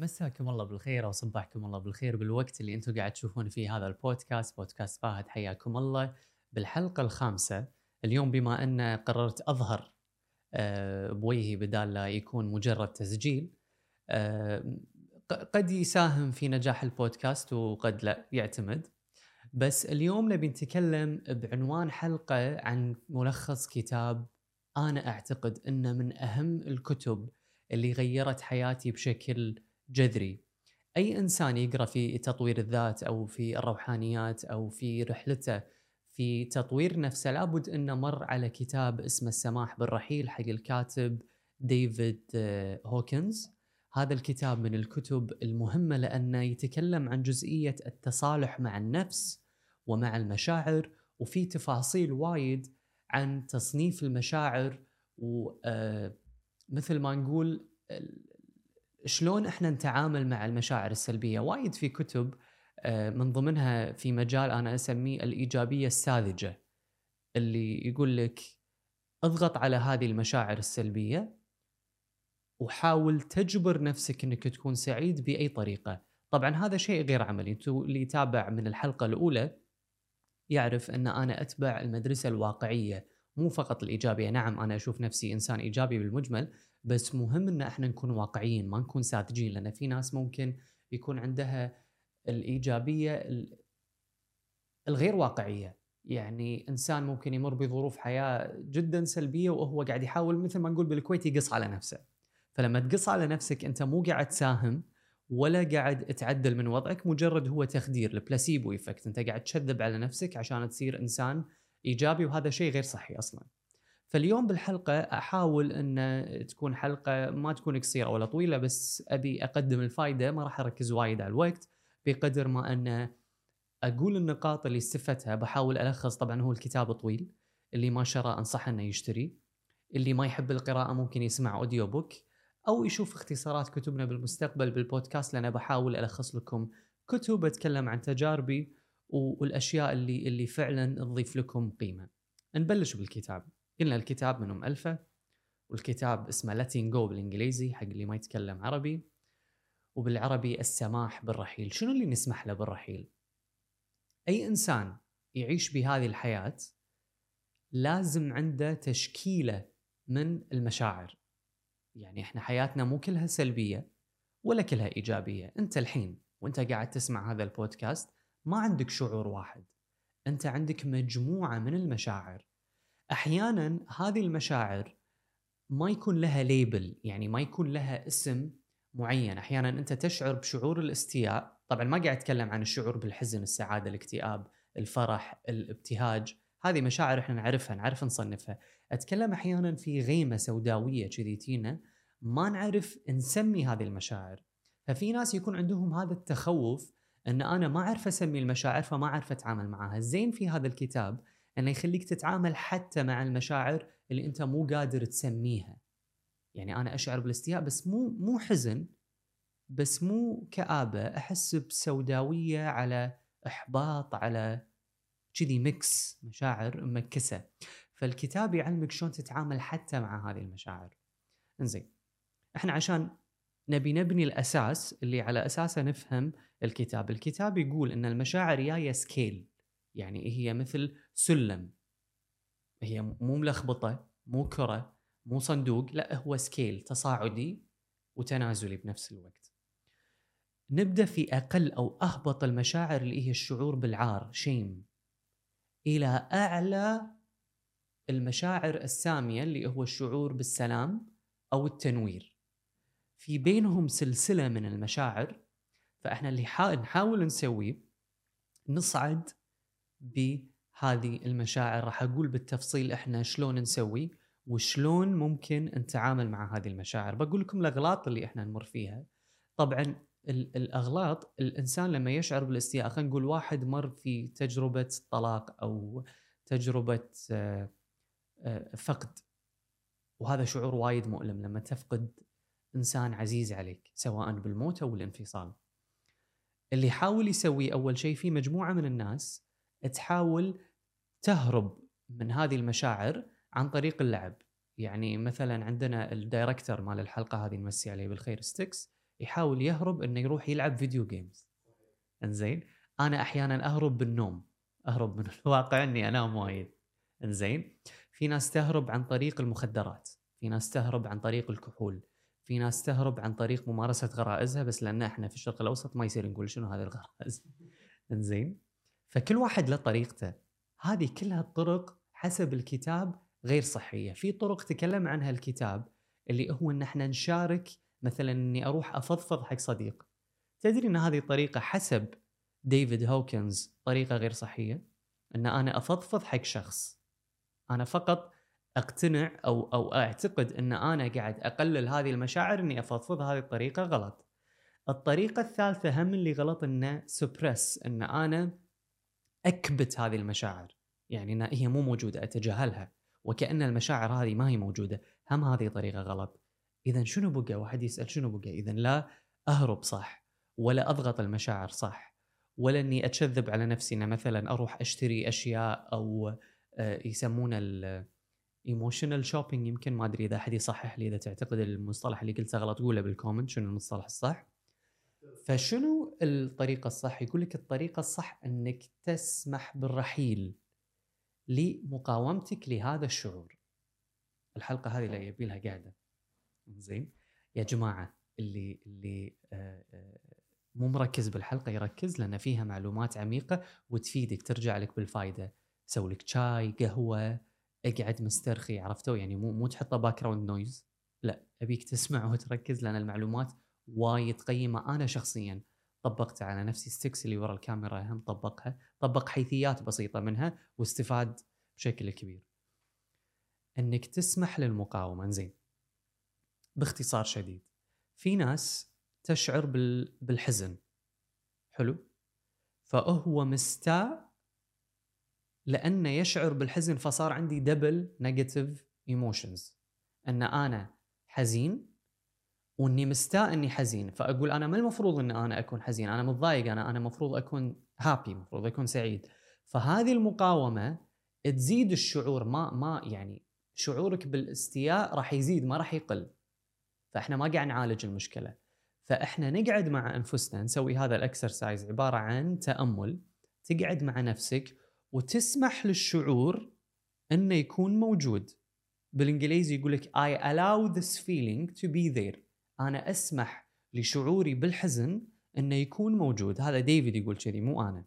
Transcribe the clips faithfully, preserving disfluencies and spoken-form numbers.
مساكم الله بالخير أو صبحكم الله بالخير بالوقت اللي أنتم قاعد تشوفون فيه هذا البودكاست، بودكاست فهد. حياكم الله بالحلقة الخامسة اليوم. بما أن قررت أظهر آه، بوجهي بدال لا يكون مجرد تسجيل، آه، ق- قد يساهم في نجاح البودكاست وقد لا، يعتمد. بس اليوم نبي نتكلم بعنوان حلقة عن ملخص كتاب أنا أعتقد أنه من أهم الكتب اللي غيرت حياتي بشكل جذري. أي إنسان يقرأ في تطوير الذات أو في الروحانيات أو في رحلته في تطوير نفسه لابد أنه مر على كتاب اسمه السماح بالرحيل حق الكاتب ديفيد آه، هوكنز. هذا الكتاب من الكتب المهمة لأنه يتكلم عن جزئية التصالح مع النفس ومع المشاعر، وفي تفاصيل وايد عن تصنيف المشاعر ومثل ما نقول شلون احنا نتعامل مع المشاعر السلبية. وايد في كتب، آه، من ضمنها في مجال أنا أسميه الإيجابية الساذجة، اللي يقول لك اضغط على هذه المشاعر السلبية وحاول تجبر نفسك أنك تكون سعيد بأي طريقة. طبعا هذا شيء غير عملي. انتو اللي يتابع من الحلقة الأولى يعرف أن أنا أتبع المدرسة الواقعية، مو فقط الإيجابية. نعم أنا أشوف نفسي إنسان إيجابي بالمجمل، بس مهم أن احنا نكون واقعيين، ما نكون ساذجين، لأن في ناس ممكن يكون عندها الإيجابية ال- الغير واقعية. يعني إنسان ممكن يمر بظروف حياة جدا سلبية وهو قاعد يحاول، مثل ما نقول بالكويت، يقص على نفسه. فلما تقص على نفسك أنت مو قاعد تساهم ولا قاعد تعدل من وضعك، مجرد هو تخدير، البلاسيبو إفكت. أنت قاعد تشذب على نفسك عشان تصير إنسان إيجابي، وهذا شيء غير صحي أصلا. فاليوم بالحلقة أحاول أن تكون حلقة ما تكون قصيرة ولا طويلة، بس أبي أقدم الفائدة. ما راح أركز وايد على الوقت بقدر ما أن أقول النقاط اللي استفدتها. بحاول ألخص. طبعا هو الكتاب طويل، اللي ما شرى أنصح أنه يشتري، اللي ما يحب القراءة ممكن يسمع أوديو بوك أو يشوف اختصارات كتبنا بالمستقبل بالبودكاست، لأن بحاول ألخص لكم كتب أتكلم عن تجاربي والأشياء اللي اللي فعلا تضيف لكم قيمة. نبلش بالكتاب. قلنا الكتاب منه مؤلفة، والكتاب اسمه Letting Go بالإنجليزي حق اللي ما يتكلم عربي، وبالعربي السماح بالرحيل. شنو اللي نسمح له بالرحيل؟ أي إنسان يعيش بهذه الحياة لازم عنده تشكيلة من المشاعر. يعني احنا حياتنا مو كلها سلبية ولا كلها إيجابية. انت الحين وانت قاعد تسمع هذا البودكاست ما عندك شعور واحد، انت عندك مجموعة من المشاعر. احيانا هذه المشاعر ما يكون لها ليبل، يعني ما يكون لها اسم معين. احيانا انت تشعر بشعور الاستياء. طبعا ما قاعد اتكلم عن الشعور بالحزن، السعادة، الاكتئاب، الفرح، الابتهاج. هذه مشاعر احنا نعرفها، نعرف نصنفها. اتكلم احيانا في غيمة سوداوية كذي تينا، ما نعرف نسمي هذه المشاعر. ففي ناس يكون عندهم هذا التخوف ان انا ما اعرف اسمي المشاعر فما اعرف اتعامل معها. الزين في هذا الكتاب انه يخليك تتعامل حتى مع المشاعر اللي انت مو قادر تسميها. يعني انا اشعر بالاستياء بس مو مو حزن، بس مو كآبة، احس بسوداوية على احباط على كذي، ميكس مشاعر مكسة. فالكتاب يعلمك شلون تتعامل حتى مع هذه المشاعر. انزين، احنا عشان نبي نبني الاساس اللي على اساسه نفهم الكتاب. الكتاب يقول ان المشاعر جايه سكيل، يعني هي مثل سلم، هي مو ملخبطة، مو كرة، مو صندوق، لا هو سكيل تصاعدي وتنازلي بنفس الوقت. نبدأ في أقل أو أهبط المشاعر اللي هي الشعور بالعار، شيم، إلى أعلى المشاعر السامية اللي هو الشعور بالسلام أو التنوير. في بينهم سلسلة من المشاعر. فإحنا اللي نحاول نسويه نصعد بهذه المشاعر. راح أقول بالتفصيل إحنا شلون نسوي وشلون ممكن نتعامل مع هذه المشاعر. بقول لكم الأغلاط اللي إحنا نمر فيها. طبعا الأغلاط، الإنسان لما يشعر بالاستياء، خلينا نقول واحد مر في تجربة طلاق أو تجربة فقد، وهذا شعور وايد مؤلم لما تفقد إنسان عزيز عليك سواء بالموت أو الانفصال. اللي يحاول يسوي أول شيء في مجموعة من الناس تحاول تهرب من هذه المشاعر عن طريق اللعب. يعني مثلا عندنا الدايركتر مال الحلقة هذه، نمسي عليه بالخير، ستيكس، يحاول يهرب انه يروح يلعب فيديو جيمز. انزين انا احيانا اهرب بالنوم، اهرب من الواقع اني انام وايد. انزين في ناس تهرب عن طريق المخدرات، في ناس تهرب عن طريق الكحول، في ناس تهرب عن طريق ممارسة غرائزها، بس لان احنا في الشرق الاوسط ما يصير نقول شنو هذه الغرائز. انزين فكل واحد له طريقته. هذه كلها الطرق حسب الكتاب غير صحية. في طرق تكلم عنها الكتاب اللي هو ان احنا نشارك، مثلا اني اروح افضفض حق صديق. تدري ان هذه الطريقة حسب ديفيد هوكنز طريقة غير صحية، ان انا افضفض حق شخص، انا فقط اقتنع او او اعتقد ان انا قاعد اقلل هذه المشاعر اني افضفض. هذه الطريقة غلط. الطريقة الثالثة هم اللي غلط، انه سبرس، ان انا اكبت هذه المشاعر، يعني انها هي مو موجودة اتجاهلها وكأن المشاعر هذه ما هي موجودة. هم هذه طريقة غلط. اذا شنو بقى؟ واحد يسأل شنو بقى؟ اذا لا اهرب صح، ولا اضغط المشاعر صح، ولا اني اتشذب على نفسي ان مثلا اروح اشتري اشياء، او يسمونه الايموشنال شوبينج. يمكن ما ادري اذا احد يصحح لي اذا تعتقد المصطلح اللي قلته غلط قوله بالكومنت شنو المصطلح الصح. فشنو الطريقة الصح؟ يقول لك الطريقة الصح انك تسمح بالرحيل لمقاومتك لهذا الشعور. الحلقة هذه لا يبي لها قاعدة. زين يا جماعة، اللي اللي آه آه مو مركز بالحلقة يركز، لأن فيها معلومات عميقة وتفيدك، ترجع لك بالفايدة. سوي لك شاي، قهوة، اقعد مسترخي، عرفتوا يعني؟ مو مو تحطه باك جراوند نويز، لا ابيك تسمع وتركز، لأن المعلومات وايد قيمة. أنا شخصيا طبقتها على نفسي. ستيكس اللي ورا الكاميرا هم طبقها، طبق حيثيات بسيطة منها واستفاد بشكل كبير. انك تسمح للمقاومة. زين باختصار شديد، في ناس تشعر بال... بالحزن، حلو، فهو مستاء لأنه يشعر بالحزن، فصار عندي دبل نيجاتيف ايموشنز، أن أنا حزين واني مستاء اني حزين. فاقول انا ما المفروض ان انا اكون حزين، انا متضايق، انا انا المفروض اكون هابي، المفروض اكون سعيد. فهذه المقاومه تزيد الشعور، ما ما يعني شعورك بالاستياء راح يزيد ما راح يقل. فاحنا ما قاعد نعالج المشكله. فاحنا نقعد مع انفسنا نسوي هذا الاكسرسايز، عباره عن تامل. تقعد مع نفسك وتسمح للشعور انه يكون موجود. بالانجليزي يقول لك I allow this feeling to be there. أنا أسمح لشعوري بالحزن أنه يكون موجود. هذا ديفيد يقول كذي مو أنا.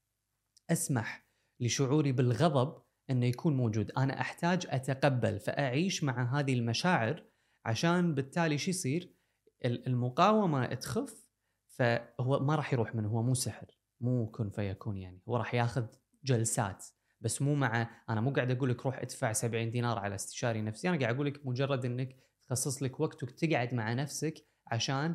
أسمح لشعوري بالغضب أنه يكون موجود. أنا أحتاج أتقبل فأعيش مع هذه المشاعر، عشان بالتالي شو يصير؟ المقاومة تخف. فهو ما راح يروح منه، هو مو سحر، مو كن فيكون، يعني هو راح ياخذ جلسات، بس مو مع. انا مو قاعد اقول لك روح ادفع سبعين دينار على استشاري نفسي، انا قاعد اقول لك مجرد انك تخصص لك وقت وتقعد مع نفسك عشان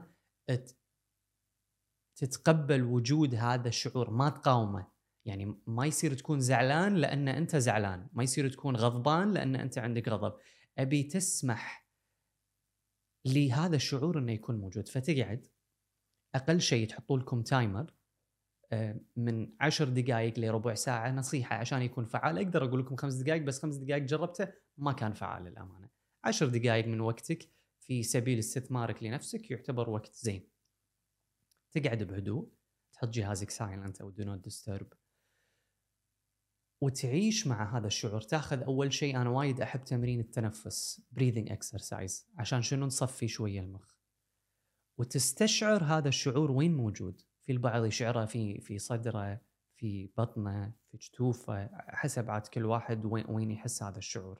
تتقبل وجود هذا الشعور، ما تقاومه. يعني ما يصير تكون زعلان لان انت زعلان، ما يصير تكون غضبان لان انت عندك غضب. ابي تسمح لهذا الشعور انه يكون موجود. فتقعد اقل شيء تحطوا لكم تايمر من عشر دقائق لربع ساعة. نصيحة عشان يكون فعال، أقدر أقول لكم خمس دقائق، بس خمس دقائق جربته ما كان فعال للأمانة. عشر دقائق من وقتك في سبيل استثمارك لنفسك يعتبر وقت زين. تقعد بهدوء، تحط جهازك سايلنت أو do not disturb، وتعيش مع هذا الشعور. تاخذ أول شيء، أنا وايد أحب تمرين التنفس breathing exercise، عشان شنو؟ نصفي شوية المخ، وتستشعر هذا الشعور وين موجود. في البعض يشعره في في صدره، في بطنه، في جتوفه، حسب عاد كل واحد وين وين يحس هذا الشعور.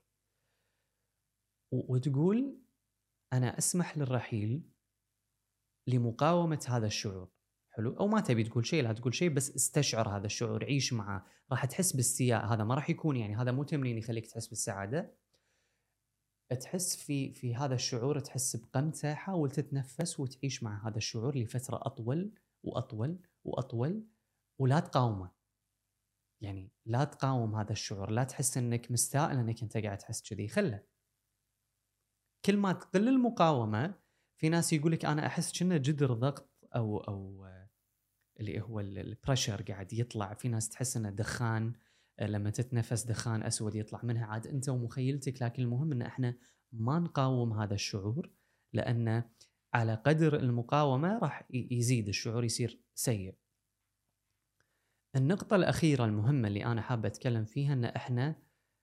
وتقول أنا أسمح للرحيل لمقاومة هذا الشعور. حلو، أو ما تبي تقول شيء، لا تقول شيء، بس استشعر هذا الشعور، عيش معه. راح تحس باستياء، هذا ما راح يكون يعني، هذا مو تمرين يخليك تحس بالسعادة. تحس في في هذا الشعور، تحس بقيمته. حاول تتنفس وتعيش مع هذا الشعور لفترة أطول وأطول وأطول، ولا تقاومه. يعني لا تقاوم هذا الشعور، لا تحس انك مستاء لانك انت قاعد تحس كذي. خله كل ما تقل المقاومه. في ناس يقول لك انا احس كأنه جدر ضغط او او اللي هو البريشر قاعد يطلع. في ناس تحس انه دخان، لما تتنفس دخان اسود يطلع منها. عاد انت ومخيلتك، لكن المهم ان احنا ما نقاوم هذا الشعور، لانه على قدر المقاومة راح يزيد الشعور، يصير سيء. النقطة الأخيرة المهمة اللي أنا حابة أتكلم فيها أن إحنا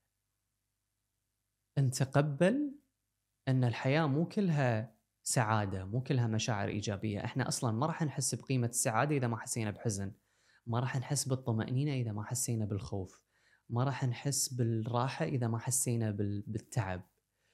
نتقبل أن الحياة مو كلها سعادة، مو كلها مشاعر إيجابية. إحنا أصلاً ما راح نحس بقيمة السعادة إذا ما حسينا بحزن، ما راح نحس بالطمأنينة إذا ما حسينا بالخوف، ما راح نحس بالراحة إذا ما حسينا بالتعب.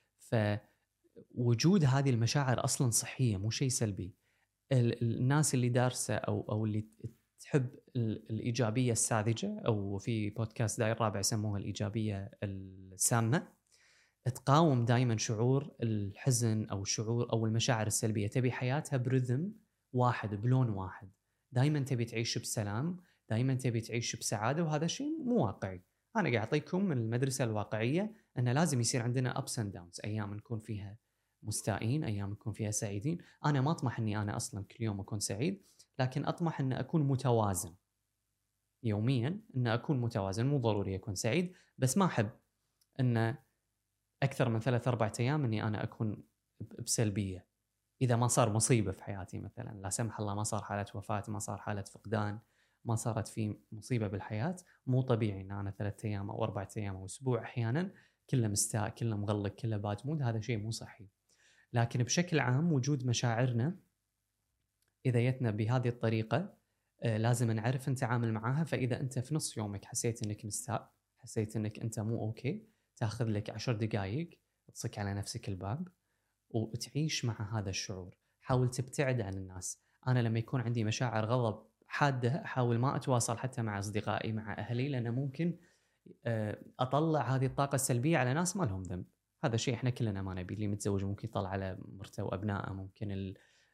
فوجود هذه المشاعر أصلاً صحية، مو شيء سلبي. الناس اللي دارسة أو أو اللي تحب الإيجابية الساذجة، أو في بودكاست داير رابع يسموها الإيجابية السامة، تقاوم دائما شعور الحزن أو شعور أو المشاعر السلبية. تبي حياتها برذم واحد، بلون واحد، دائما تبي تعيش بسلام، دائما تبي تعيش بسعادة، وهذا شيء مو واقعي. أنا قاعد أعطيكم من المدرسة الواقعية أن لازم يصير عندنا ups and downs، أيام نكون فيها مستائين، أيام نكون فيها سعيدين. أنا ما أطمح أني أنا أصلا كل يوم أكون سعيد، لكن أطمح أن أكون متوازن يوميا، أن أكون متوازن. مو ضروري أكون سعيد، بس ما أحب أن أكثر من ثلاث أربعة أيام أني أنا أكون بسلبية. إذا ما صار مصيبة في حياتي مثلا، لا سمح الله، ما صار حالة وفاة، ما صار حالة فقدان، ما صارت في مصيبة بالحياة، مو طبيعي أن أنا ثلاثة أيام أو أربعة أيام أو أسبوع أحيانا كله مستاء، كله مغلق، كله باد مود. هذا شيء مو صحي. لكن بشكل عام وجود مشاعرنا إذا يتنا بهذه الطريقة آه لازم نعرف نتعامل معها. فإذا أنت في نص يومك حسيت أنك مستاء، حسيت أنك أنت مو أوكي، تأخذ لك عشر دقائق تصك على نفسك الباب وتعيش مع هذا الشعور. حاول تبتعد عن الناس. أنا لما يكون عندي مشاعر غضب حادة أحاول ما أتواصل حتى مع أصدقائي، مع أهلي، لأنه ممكن أطلع هذه الطاقة السلبية على ناس ما لهم ذنب. هذا شيء إحنا كلنا ما نبي. اللي متزوج ممكن يطلع على مرته وأبنائه، ممكن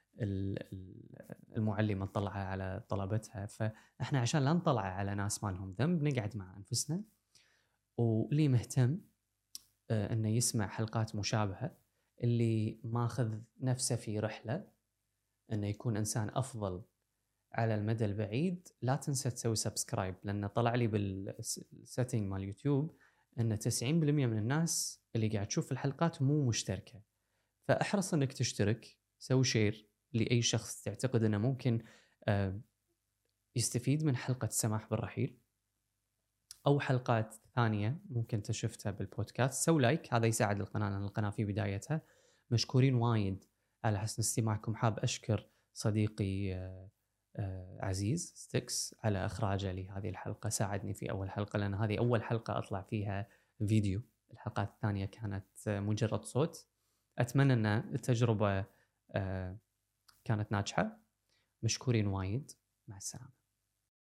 المعلمة تطلعها على طلبتها. فإحنا عشان لا نطلع على ناس ما لهم ذنب نقعد مع أنفسنا. واللي مهتم أنه يسمع حلقات مشابهة، اللي ماخذ نفسه في رحلة أنه يكون إنسان أفضل على المدى البعيد، لا تنسى تسوي سبسكرايب، لأنه طلع لي بالسيتنج مال يوتيوب أن تسعين بالمئة من الناس اللي قاعد تشوف الحلقات مو مشتركة. فأحرص أنك تشترك، سوي شير لأي شخص تعتقد أنه ممكن يستفيد من حلقة السماح بالرحيل أو حلقات ثانية ممكن تشوفتها بالبودكاست. سوي لايك، هذا يساعد القناة، لأن القناة في بدايتها. مشكورين وايد على حسن استماعكم. حاب أشكر صديقي عزيز ستيكس على إخراجه لهذه الحلقة، ساعدني في أول حلقة، لأن هذه أول حلقة أطلع فيها فيديو. الحلقات الثانية كانت مجرد صوت. أتمنى أن التجربة كانت ناجحة. مشكورين وايد، مع السلامة.